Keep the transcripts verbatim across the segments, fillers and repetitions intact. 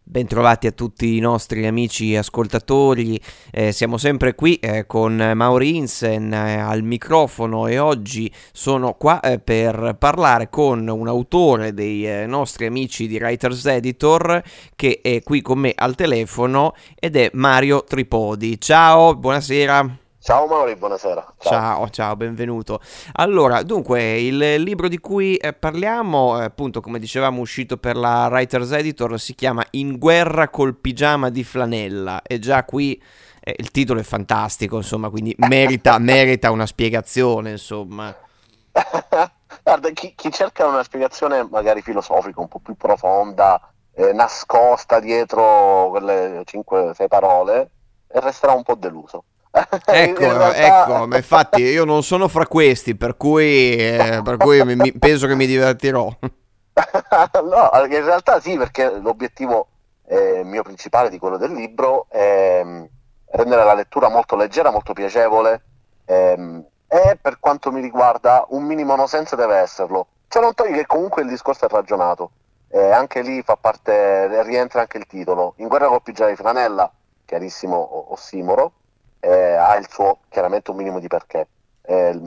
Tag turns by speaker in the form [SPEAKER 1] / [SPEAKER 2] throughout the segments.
[SPEAKER 1] Bentrovati a tutti i nostri amici ascoltatori, eh, siamo sempre qui eh, con Mauri Insen eh, al microfono e oggi sono qua eh, per parlare con un autore dei eh, nostri amici di Writers Editor che è qui con me al telefono ed è Mario Tripodi. Ciao, buonasera.
[SPEAKER 2] Ciao Mauri, buonasera. Ciao.
[SPEAKER 1] Ciao, ciao, benvenuto. Allora, dunque, il libro di cui eh, parliamo, eh, appunto, come dicevamo, uscito per la Writers Editor, si chiama In guerra col pigiama di flanella. E già qui eh, il titolo è fantastico, insomma, quindi merita, merita una spiegazione, insomma.
[SPEAKER 2] Guarda, chi, chi cerca una spiegazione magari filosofica, un po' più profonda, eh, nascosta dietro quelle cinque sei parole, eh, resterà un po' deluso. In, in
[SPEAKER 1] Ecco,
[SPEAKER 2] realtà,
[SPEAKER 1] ecco, ma infatti io non sono fra questi, per cui, eh, per cui mi- mi- penso che mi divertirò.
[SPEAKER 2] no, in realtà sì, perché l'obiettivo eh, mio principale di quello del libro è mm, rendere la lettura molto leggera, molto piacevole ehm, e per quanto mi riguarda un minimo no sense deve esserlo. Ciò non toglie che comunque il discorso è ragionato. Eh, anche lì fa parte, rientra anche il titolo. In guerra col pigiama di flanella, chiarissimo o- ossimoro, eh, ha il suo chiaramente un minimo di perché. Eh,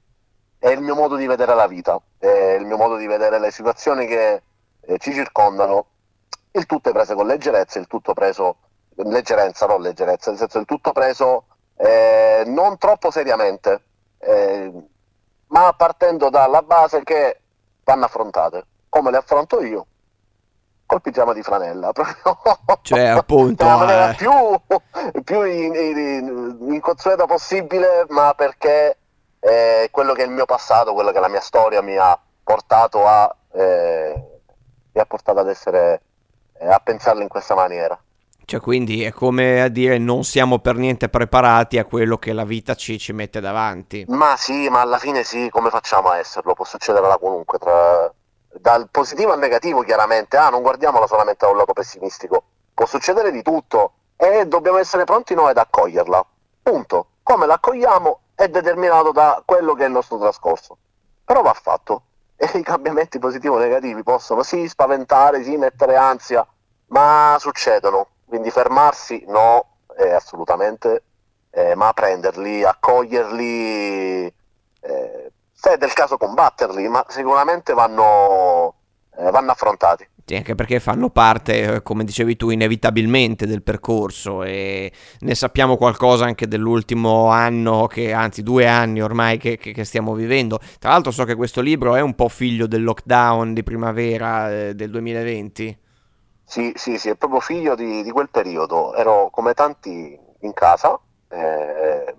[SPEAKER 2] è il mio modo di vedere la vita, è il mio modo di vedere le situazioni che eh, ci circondano, il tutto è preso con leggerezza, il tutto preso, leggerezza, non leggerezza, nel senso il tutto preso eh, non troppo seriamente, eh, ma partendo dalla base che vanno affrontate, come le affronto io, col pigiama di flanella, proprio
[SPEAKER 1] Cioè, appunto,
[SPEAKER 2] nella maniera
[SPEAKER 1] eh,
[SPEAKER 2] più, più in- in- inconsueta possibile, ma perché eh, quello che è il mio passato, quello che la mia storia mi ha portato a, eh, mi ha portato ad essere, eh, a pensarla in questa maniera.
[SPEAKER 1] cioè, quindi è come a dire non siamo per niente preparati a quello che la vita ci, ci mette davanti.
[SPEAKER 2] Ma sì, ma alla fine sì, come facciamo a esserlo? Può succedere da qualunque, tra- dal positivo al negativo chiaramente, ah, non guardiamola solamente da un lato pessimistico, può succedere di tutto e dobbiamo essere pronti noi ad accoglierla, punto. Come l'accogliamo è determinato da quello che è il nostro trascorso, però va fatto e i cambiamenti positivi o negativi possono sì spaventare, sì mettere ansia, ma succedono, quindi fermarsi no, eh, assolutamente eh, ma prenderli, accoglierli, eh, se è del caso combatterli, ma sicuramente vanno, eh, vanno affrontati.
[SPEAKER 1] Sì, anche perché fanno parte, eh, come dicevi tu, inevitabilmente del percorso e ne sappiamo qualcosa anche dell'ultimo anno, che, anzi due anni ormai che, che- che stiamo vivendo. Tra l'altro so che questo libro è un po' figlio del lockdown di primavera eh, del duemilaventi.
[SPEAKER 2] Sì, sì, sì, è proprio figlio di, di quel periodo. Ero come tanti in casa. eh,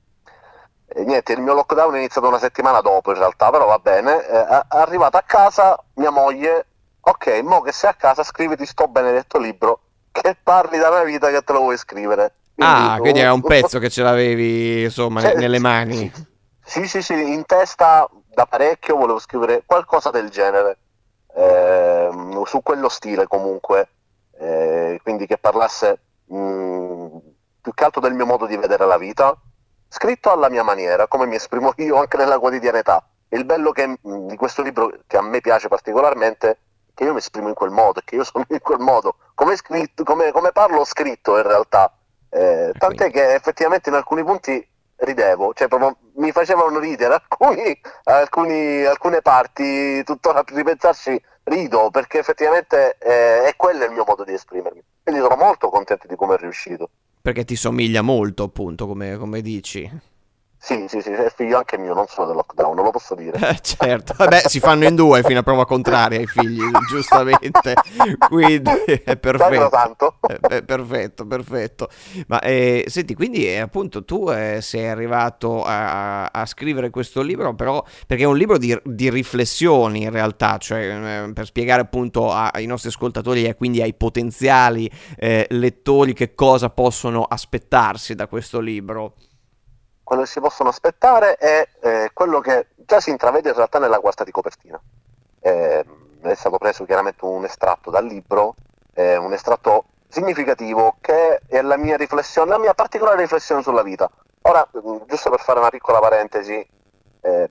[SPEAKER 2] e niente, il mio lockdown è iniziato una settimana dopo in realtà, però va bene. Eh, è arrivata a casa mia moglie, ok, mo che sei a casa scriviti sto benedetto libro che parli della mia vita che te lo vuoi scrivere. Quindi
[SPEAKER 1] Ah, quindi
[SPEAKER 2] uh,
[SPEAKER 1] era un pezzo che ce l'avevi, insomma, ne-
[SPEAKER 2] cioè,
[SPEAKER 1] nelle mani.
[SPEAKER 2] sì, sì, sì, sì, in testa da parecchio volevo scrivere qualcosa del genere, ehm, su quello stile comunque, eh, quindi che parlasse mh, più che altro del mio modo di vedere la vita, scritto alla mia maniera, come mi esprimo io anche nella quotidianità. Il bello che, mh, di questo libro, che a me piace particolarmente, è che io mi esprimo in quel modo, è che io sono in quel modo, come, scritto, come, come parlo ho scritto in realtà. Eh,
[SPEAKER 1] Ah,
[SPEAKER 2] tant'è
[SPEAKER 1] quindi.
[SPEAKER 2] che effettivamente in alcuni punti ridevo, cioè proprio mi facevano ridere alcuni, alcuni- alcune parti, tuttora a ripensarci rido, perché effettivamente eh, è quello il mio modo di esprimermi. Quindi sono molto contento di come è riuscito.
[SPEAKER 1] Perché ti somiglia molto, appunto, come, come dici.
[SPEAKER 2] Sì, sì, sì, è figlio anche mio, non solo del lockdown, lo posso dire.
[SPEAKER 1] Eh, certo, vabbè, si fanno in due fino a prova contraria i figli, giustamente, quindi è perfetto.
[SPEAKER 2] Sacrosanto.
[SPEAKER 1] È è perfetto, perfetto. Ma eh, senti, quindi eh, appunto tu eh, sei arrivato a, a scrivere questo libro, però perché è un libro di, di riflessioni in realtà, cioè eh, per spiegare appunto a- ai nostri ascoltatori e quindi ai potenziali eh, lettori che cosa possono aspettarsi da questo libro.
[SPEAKER 2] Quello che si possono aspettare è eh, quello che già si intravede in realtà nella quarta di copertina. Eh, è stato preso chiaramente un estratto dal libro, eh, un estratto significativo che è la mia riflessione, la mia particolare riflessione sulla vita. Ora, mh, giusto per fare una piccola parentesi, eh,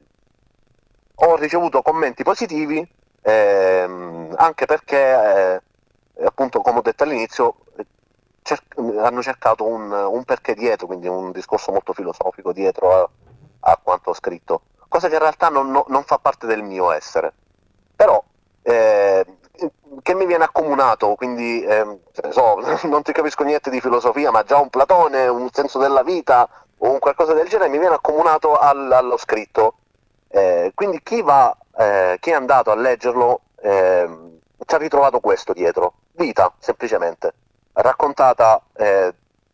[SPEAKER 2] ho ricevuto commenti positivi ehm, anche perché eh, appunto appunto, come ho detto all'inizio, cer- hanno cercato un, un perché dietro, quindi un discorso molto filosofico dietro a, a quanto ho scritto, cosa che in realtà non, non, non fa parte del mio essere, però eh, che mi viene accomunato, quindi eh, so, non ti capisco niente di filosofia, ma già un Platone, un senso della vita o un qualcosa del genere mi viene accomunato al, allo scritto. Eh, quindi chi va, eh, chi è andato a leggerlo eh, ci ha ritrovato questo dietro, vita semplicemente, raccontata eh,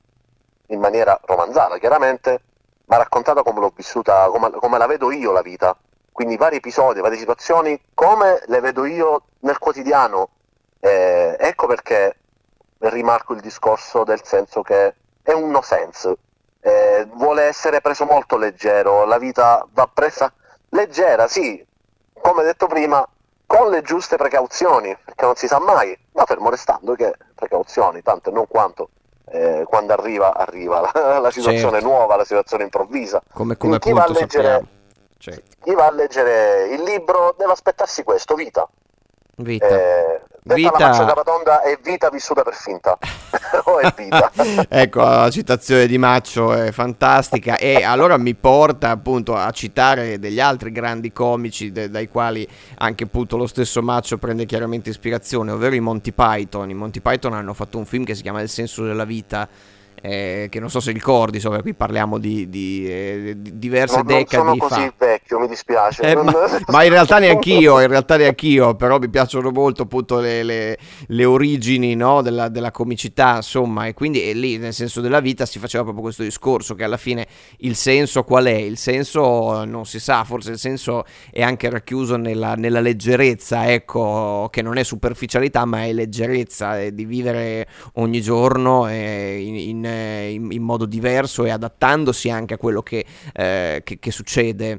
[SPEAKER 2] in maniera romanzata chiaramente, ma raccontata come l'ho vissuta, come, come la vedo io la vita, quindi vari episodi, varie situazioni, come le vedo io nel quotidiano. Eh, ecco perché rimarco il discorso del senso che è un no sense, eh, vuole essere preso molto leggero, la vita va presa leggera, sì, come detto prima, con le giuste precauzioni, perché non si sa mai, ma fermo restando che precauzioni, tanto e non quanto, eh, quando arriva, arriva la, la situazione
[SPEAKER 1] Certo,
[SPEAKER 2] nuova, la situazione improvvisa.
[SPEAKER 1] come, come
[SPEAKER 2] Quindi chi va a
[SPEAKER 1] appunto
[SPEAKER 2] leggere,
[SPEAKER 1] sappiamo. Certo.
[SPEAKER 2] chi va a leggere il libro deve aspettarsi questo, vita.
[SPEAKER 1] Vita.
[SPEAKER 2] Eh, detta la Maccio
[SPEAKER 1] Vita.
[SPEAKER 2] Capatonda, è vita vissuta per finta, o è vita.
[SPEAKER 1] Ecco, la citazione di Maccio è fantastica e allora mi porta appunto a citare degli altri grandi comici de- dai quali anche appunto lo stesso Maccio prende chiaramente ispirazione, ovvero i Monty Python. I Monty Python hanno fatto un film che si chiama Il senso della vita, eh, che non so se ricordi, insomma, qui parliamo di, di, eh, di diverse
[SPEAKER 2] Non, non sono
[SPEAKER 1] decadi
[SPEAKER 2] così
[SPEAKER 1] fa.
[SPEAKER 2] vecchio, mi dispiace.
[SPEAKER 1] Eh,
[SPEAKER 2] Non-
[SPEAKER 1] ma, ma in realtà neanch'io, in realtà neanch'io, però mi piacciono molto appunto le, le- le origini, no, della, della comicità, insomma, e quindi e lì nel senso della vita si faceva proprio questo discorso, che alla fine il senso qual è? Il senso non si sa, forse il senso è anche racchiuso nella, nella leggerezza, ecco, che non è superficialità, ma è leggerezza, è di vivere ogni giorno eh, in, in, eh, in- in modo diverso e adattandosi anche a quello che, eh, che, che succede.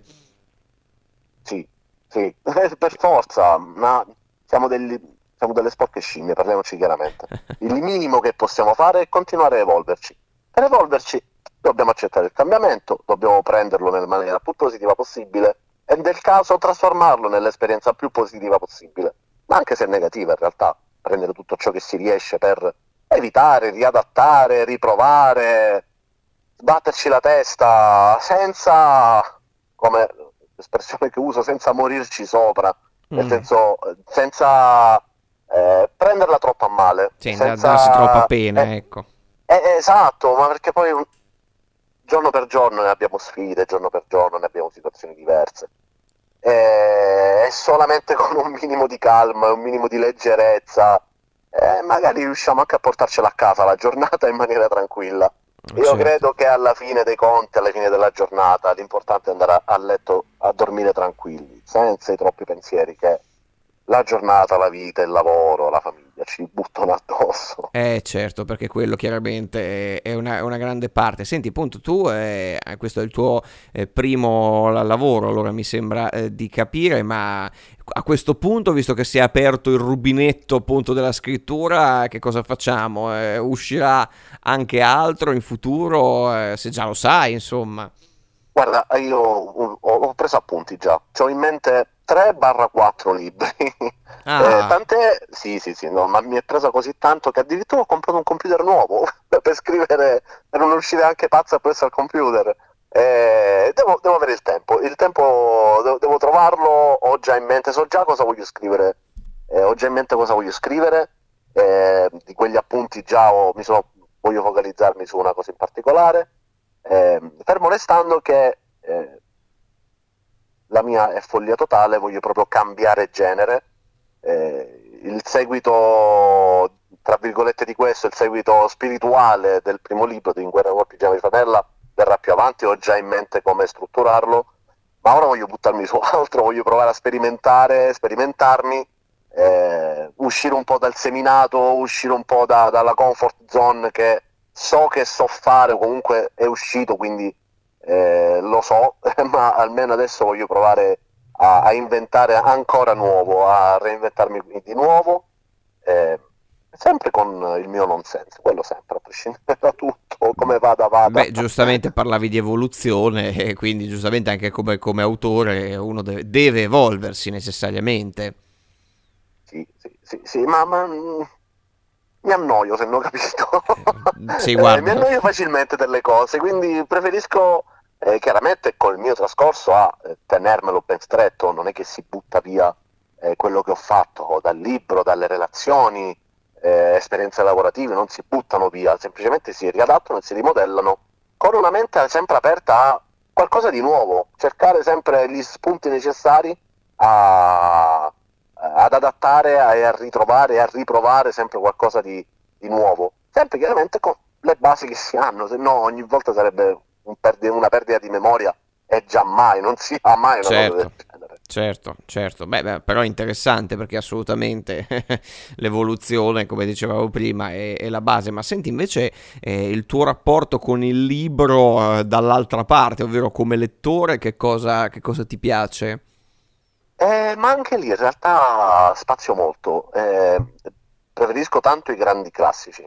[SPEAKER 2] Sì, sì, per forza, ma siamo, degli- siamo delle sporche scimmie, parliamoci chiaramente. Il minimo che possiamo fare è continuare a evolverci. Per evolverci dobbiamo accettare il cambiamento, dobbiamo prenderlo nella maniera più positiva possibile e nel caso trasformarlo nell'esperienza più positiva possibile, ma anche se negativa in realtà, prendere tutto ciò che si riesce per evitare, riadattare, riprovare, sbatterci la testa senza, come l'espressione che uso, senza morirci sopra, nel
[SPEAKER 1] Mm.
[SPEAKER 2] senso eh, senza eh, prenderla troppo a male,
[SPEAKER 1] Sì, da- darsi troppa
[SPEAKER 2] senza...
[SPEAKER 1] pena,
[SPEAKER 2] eh,
[SPEAKER 1] ecco.
[SPEAKER 2] eh, esatto, ma perché poi un- giorno per giorno ne abbiamo sfide, giorno per giorno ne abbiamo situazioni diverse. E solamente con un minimo di calma e un minimo di leggerezza, eh, magari riusciamo anche a portarcela a casa la giornata in maniera tranquilla. Io
[SPEAKER 1] Certo.
[SPEAKER 2] credo che alla fine dei conti, alla fine della giornata, l'importante è andare a, a letto a dormire tranquilli, senza i troppi pensieri che la giornata, la vita, il lavoro, la famiglia ci buttano addosso.
[SPEAKER 1] Eh certo, perché quello chiaramente è è una, è una grande parte. Senti, appunto, tu, eh, questo è il tuo eh, primo la- lavoro, allora mi sembra eh, di capire, ma a questo punto, visto che si è aperto il rubinetto appunto della scrittura, che cosa facciamo? Eh, uscirà anche altro in futuro, eh, se già lo sai, insomma.
[SPEAKER 2] Guarda, io ho, ho preso appunti già, ho in mente tre quattro libri. Eh,
[SPEAKER 1] Ah,
[SPEAKER 2] tant'è, sì, sì, sì, no, ma mi è presa così tanto che addirittura ho comprato un computer nuovo per scrivere, per non uscire anche pazza presso al computer. Eh, devo, devo avere il tempo, il tempo devo, devo trovarlo, ho già in mente, so già cosa voglio scrivere, eh, ho già in mente cosa voglio scrivere, eh, di quegli appunti già ho- mi sono, voglio focalizzarmi su una cosa in particolare. Eh, fermo restando che eh, la mia è follia totale, voglio proprio cambiare genere. Eh, il seguito, tra virgolette, di questo, il seguito spirituale del primo libro di In guerra col pigiama di Fratella verrà più avanti, ho già in mente come strutturarlo, ma ora voglio buttarmi su altro, voglio provare a sperimentare, sperimentarmi, eh, uscire un po' dal seminato, uscire un po' da, dalla comfort zone che so che so fare, comunque è uscito, quindi eh, lo so, ma almeno adesso voglio provare a, a inventare ancora nuovo, a reinventarmi di nuovo, eh, sempre con il mio nonsense, quello sempre, a prescindere da tutto, come vada vada.
[SPEAKER 1] beh, giustamente parlavi di evoluzione e quindi giustamente anche come, come autore uno deve, deve evolversi necessariamente.
[SPEAKER 2] Sì, sì, sì, sì, ma, ma mi annoio, se non ho capito.
[SPEAKER 1] Sì,
[SPEAKER 2] Eh, mi
[SPEAKER 1] guarda.
[SPEAKER 2] annoio facilmente delle cose, quindi preferisco eh, chiaramente col mio trascorso a eh, tenermelo ben stretto, non è che si butta via eh, quello che ho fatto dal libro, dalle relazioni, eh, esperienze lavorative, non si buttano via, semplicemente si riadattano e si rimodellano con una mente sempre aperta a qualcosa di nuovo, cercare sempre gli spunti necessari a, ad adattare a, e a ritrovare e a riprovare sempre qualcosa di, di nuovo, sempre chiaramente con le basi che si hanno, se no ogni volta sarebbe un perde- una perdita di memoria e giammai, non si ha mai una cosa del
[SPEAKER 1] Certo,
[SPEAKER 2] genere.
[SPEAKER 1] certo, certo. Beh, beh, però è interessante perché assolutamente l'evoluzione, come dicevamo prima, è, è la base. Ma senti invece eh, il tuo rapporto con il libro eh, dall'altra parte, ovvero come lettore, che cosa, che cosa ti piace?
[SPEAKER 2] Eh, ma anche lì in realtà spazio molto. Eh, preferisco tanto i grandi classici,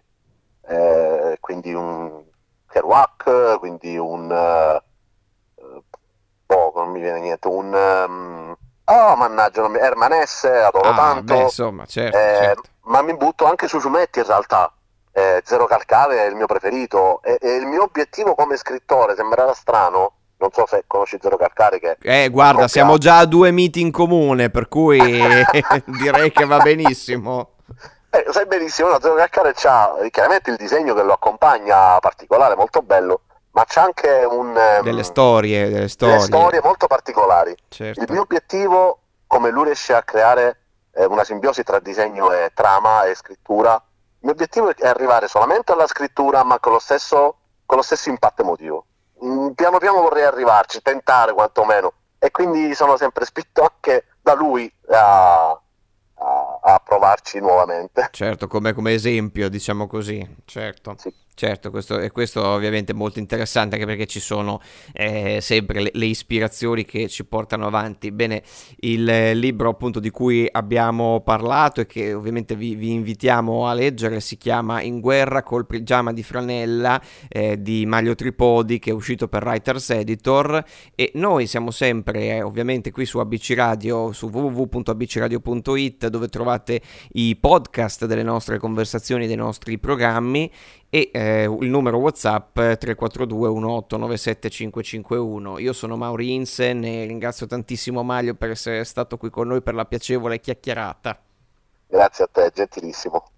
[SPEAKER 2] eh, quindi un Kerouac, quindi un... eh, eh, boh, non mi viene niente, un... ehm, oh, mannaggia, non mi- Herman Hesse, adoro
[SPEAKER 1] Ah, beh,
[SPEAKER 2] tanto,
[SPEAKER 1] insomma, certo,
[SPEAKER 2] eh,
[SPEAKER 1] certo.
[SPEAKER 2] ma mi butto anche sui fumetti in realtà. Eh, Zero Calcare è il mio preferito e, e il mio obiettivo come scrittore, sembrerà strano, non so se conosci Zero Calcare che
[SPEAKER 1] Eh,
[SPEAKER 2] ha
[SPEAKER 1] guarda, siamo
[SPEAKER 2] copiato.
[SPEAKER 1] già a due miti in comune, per cui direi che va benissimo.
[SPEAKER 2] Eh, lo sai benissimo, no, Zero Calcare c'ha eh, chiaramente il disegno che lo accompagna particolare, molto bello, ma c'è anche un,
[SPEAKER 1] Delle
[SPEAKER 2] ehm,
[SPEAKER 1] storie, delle
[SPEAKER 2] delle
[SPEAKER 1] storie,
[SPEAKER 2] storie molto particolari. Il
[SPEAKER 1] certo.
[SPEAKER 2] mio obiettivo, come lui riesce a creare eh, una simbiosi tra disegno e trama e scrittura, il mio obiettivo è arrivare solamente alla scrittura, ma con lo stesso, con lo stesso impatto emotivo. Mm, piano piano vorrei arrivarci, tentare quantomeno, e quindi sono sempre spinto anche da lui a, a, a provarci nuovamente.
[SPEAKER 1] Certo, come, come esempio, diciamo così, certo.
[SPEAKER 2] Sì.
[SPEAKER 1] Certo, questo, e questo ovviamente è molto interessante anche perché ci sono eh, sempre le, le ispirazioni che ci portano avanti. Bene, il eh, libro appunto di cui abbiamo parlato e che ovviamente vi, vi invitiamo a leggere si chiama In guerra col pigiama di franella eh, di Mario Tripodi, che è uscito per Writers Editor, e noi siamo sempre eh, ovviamente qui su A B C Radio, su w w w punto a b c radio punto i t, dove trovate i podcast delle nostre conversazioni, dei nostri programmi, e eh, il numero WhatsApp tre quattro due uno otto nove sette cinque cinque uno. Io sono Mauri Insen e ringrazio tantissimo Mario per essere stato qui con noi per la piacevole chiacchierata.
[SPEAKER 2] Grazie a te, gentilissimo.